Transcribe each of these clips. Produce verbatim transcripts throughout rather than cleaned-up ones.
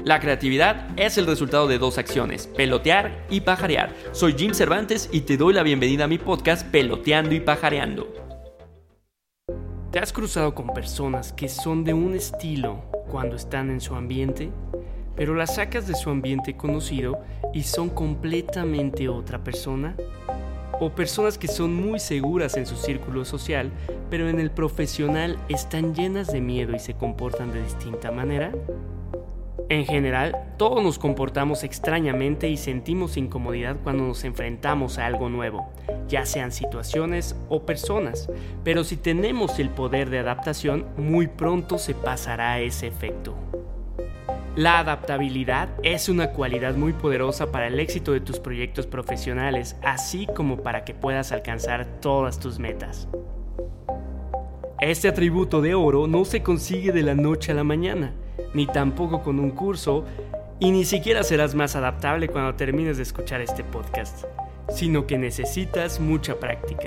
La creatividad es el resultado de dos acciones, pelotear y pajarear. Soy Jim Cervantes y te doy la bienvenida a mi podcast Peloteando y Pajareando. ¿Te has cruzado con personas que son de un estilo cuando están en su ambiente, pero las sacas de su ambiente conocido y son completamente otra persona? ¿O personas que son muy seguras en su círculo social, pero en el profesional están llenas de miedo y se comportan de distinta manera? En general, todos nos comportamos extrañamente y sentimos incomodidad cuando nos enfrentamos a algo nuevo, ya sean situaciones o personas, pero si tenemos el poder de adaptación, muy pronto se pasará ese efecto. La adaptabilidad es una cualidad muy poderosa para el éxito de tus proyectos profesionales, así como para que puedas alcanzar todas tus metas. Este atributo de oro no se consigue de la noche a la mañana, ni tampoco con un curso, y ni siquiera serás más adaptable cuando termines de escuchar este podcast, sino que necesitas mucha práctica.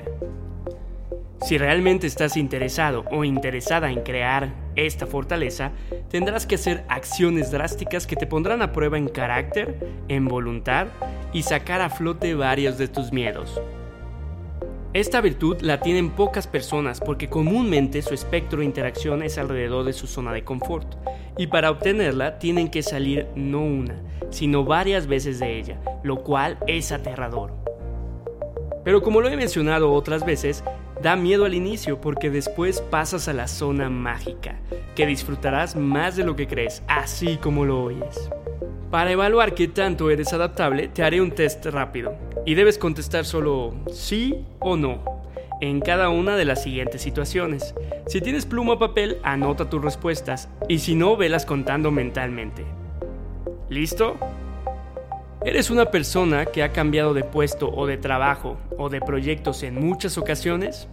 Si realmente estás interesado o interesada en crear esta fortaleza, tendrás que hacer acciones drásticas que te pondrán a prueba en carácter, en voluntad y sacar a flote varios de tus miedos. Esta virtud la tienen pocas personas porque comúnmente su espectro de interacción es alrededor de su zona de confort, y para obtenerla tienen que salir no una, sino varias veces de ella, lo cual es aterrador. Pero como lo he mencionado otras veces, da miedo al inicio porque después pasas a la zona mágica, que disfrutarás más de lo que crees, así como lo oyes. Para evaluar qué tanto eres adaptable, te haré un test rápido, y debes contestar solo sí o no, en cada una de las siguientes situaciones. Si tienes pluma o papel, anota tus respuestas, y si no, velas contando mentalmente. ¿Listo? ¿Eres una persona que ha cambiado de puesto o de trabajo o de proyectos en muchas ocasiones?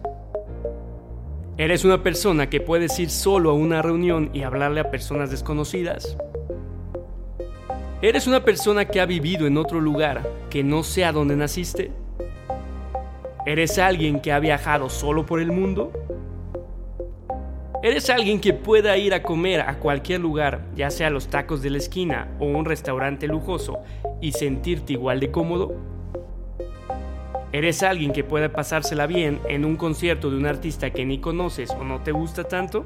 ¿Eres una persona que puedes ir solo a una reunión y hablarle a personas desconocidas? ¿Eres una persona que ha vivido en otro lugar que no sea donde naciste? ¿Eres alguien que ha viajado solo por el mundo? ¿Eres alguien que pueda ir a comer a cualquier lugar, ya sea los tacos de la esquina o un restaurante lujoso, y sentirte igual de cómodo? ¿Eres alguien que pueda pasársela bien en un concierto de un artista que ni conoces o no te gusta tanto?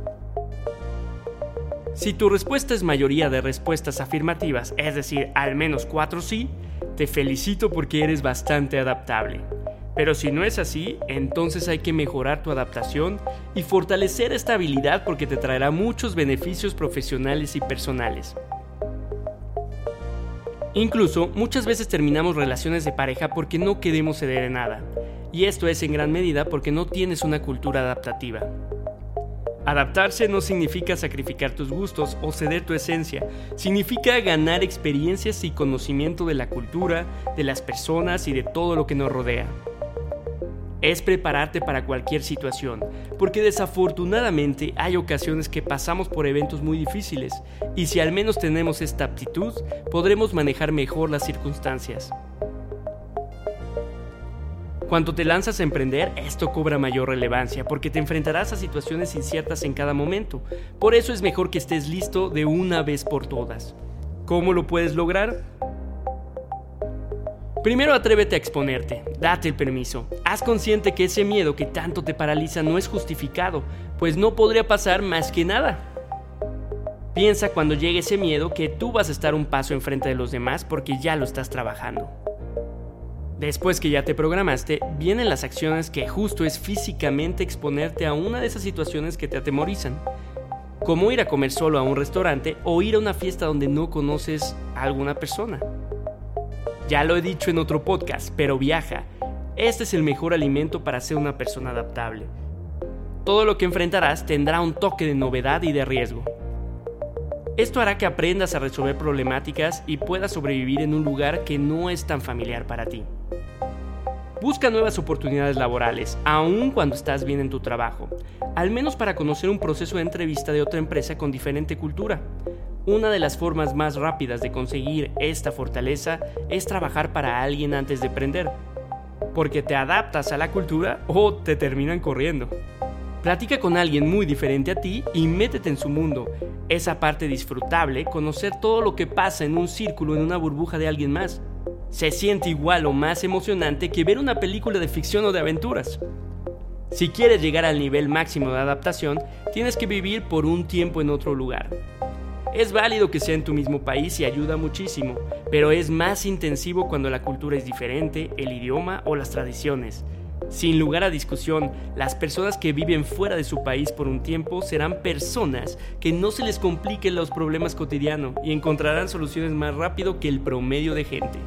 Si tu respuesta es mayoría de respuestas afirmativas, es decir, al menos cuatro sí, te felicito porque eres bastante adaptable. Pero si no es así, entonces hay que mejorar tu adaptación y fortalecer esta habilidad porque te traerá muchos beneficios profesionales y personales. Incluso, muchas veces terminamos relaciones de pareja porque no queremos ceder en nada. Y esto es en gran medida porque no tienes una cultura adaptativa. Adaptarse no significa sacrificar tus gustos o ceder tu esencia. Significa ganar experiencias y conocimiento de la cultura, de las personas y de todo lo que nos rodea. Es prepararte para cualquier situación, porque desafortunadamente hay ocasiones que pasamos por eventos muy difíciles, y si al menos tenemos esta aptitud, podremos manejar mejor las circunstancias. Cuando te lanzas a emprender, esto cobra mayor relevancia, porque te enfrentarás a situaciones inciertas en cada momento. Por eso es mejor que estés listo de una vez por todas. ¿Cómo lo puedes lograr? Primero, atrévete a exponerte, date el permiso. Haz consciente que ese miedo que tanto te paraliza no es justificado, pues no podría pasar más que nada. Piensa cuando llegue ese miedo que tú vas a estar un paso enfrente de los demás porque ya lo estás trabajando. Después que ya te programaste, vienen las acciones que justo es físicamente exponerte a una de esas situaciones que te atemorizan, como ir a comer solo a un restaurante o ir a una fiesta donde no conoces a alguna persona. Ya lo he dicho en otro podcast, pero viaja. Este es el mejor alimento para ser una persona adaptable. Todo lo que enfrentarás tendrá un toque de novedad y de riesgo. Esto hará que aprendas a resolver problemáticas y puedas sobrevivir en un lugar que no es tan familiar para ti. Busca nuevas oportunidades laborales, aun cuando estás bien en tu trabajo, al menos para conocer un proceso de entrevista de otra empresa con diferente cultura. Una de las formas más rápidas de conseguir esta fortaleza es trabajar para alguien antes de emprender, porque te adaptas a la cultura o te terminan corriendo. Platica con alguien muy diferente a ti y métete en su mundo. Esa parte disfrutable, conocer todo lo que pasa en un círculo, en una burbuja de alguien más. Se siente igual o más emocionante que ver una película de ficción o de aventuras. Si quieres llegar al nivel máximo de adaptación, tienes que vivir por un tiempo en otro lugar. Es válido que sea en tu mismo país y ayuda muchísimo, pero es más intensivo cuando la cultura es diferente, el idioma o las tradiciones. Sin lugar a discusión, las personas que viven fuera de su país por un tiempo serán personas que no se les compliquen los problemas cotidianos y encontrarán soluciones más rápido que el promedio de gente.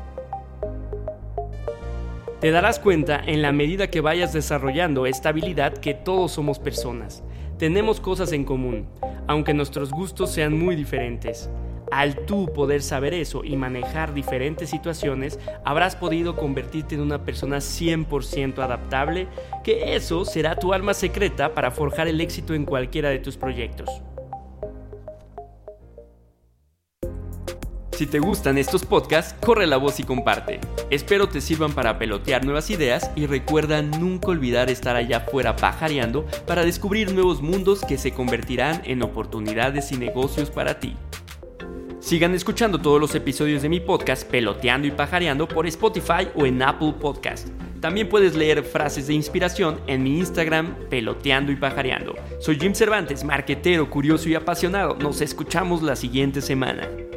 Te darás cuenta en la medida que vayas desarrollando esta habilidad que todos somos personas. Tenemos cosas en común, aunque nuestros gustos sean muy diferentes. Al tú poder saber eso y manejar diferentes situaciones, habrás podido convertirte en una persona cien por ciento adaptable, que eso será tu arma secreta para forjar el éxito en cualquiera de tus proyectos. Si te gustan estos podcasts, corre la voz y comparte. Espero te sirvan para pelotear nuevas ideas y recuerda nunca olvidar estar allá afuera pajareando para descubrir nuevos mundos que se convertirán en oportunidades y negocios para ti. Sigan escuchando todos los episodios de mi podcast Peloteando y Pajareando por Spotify o en Apple Podcast. También puedes leer frases de inspiración en mi Instagram Peloteando y Pajareando. Soy Jim Cervantes, marquetero, curioso y apasionado. Nos escuchamos la siguiente semana.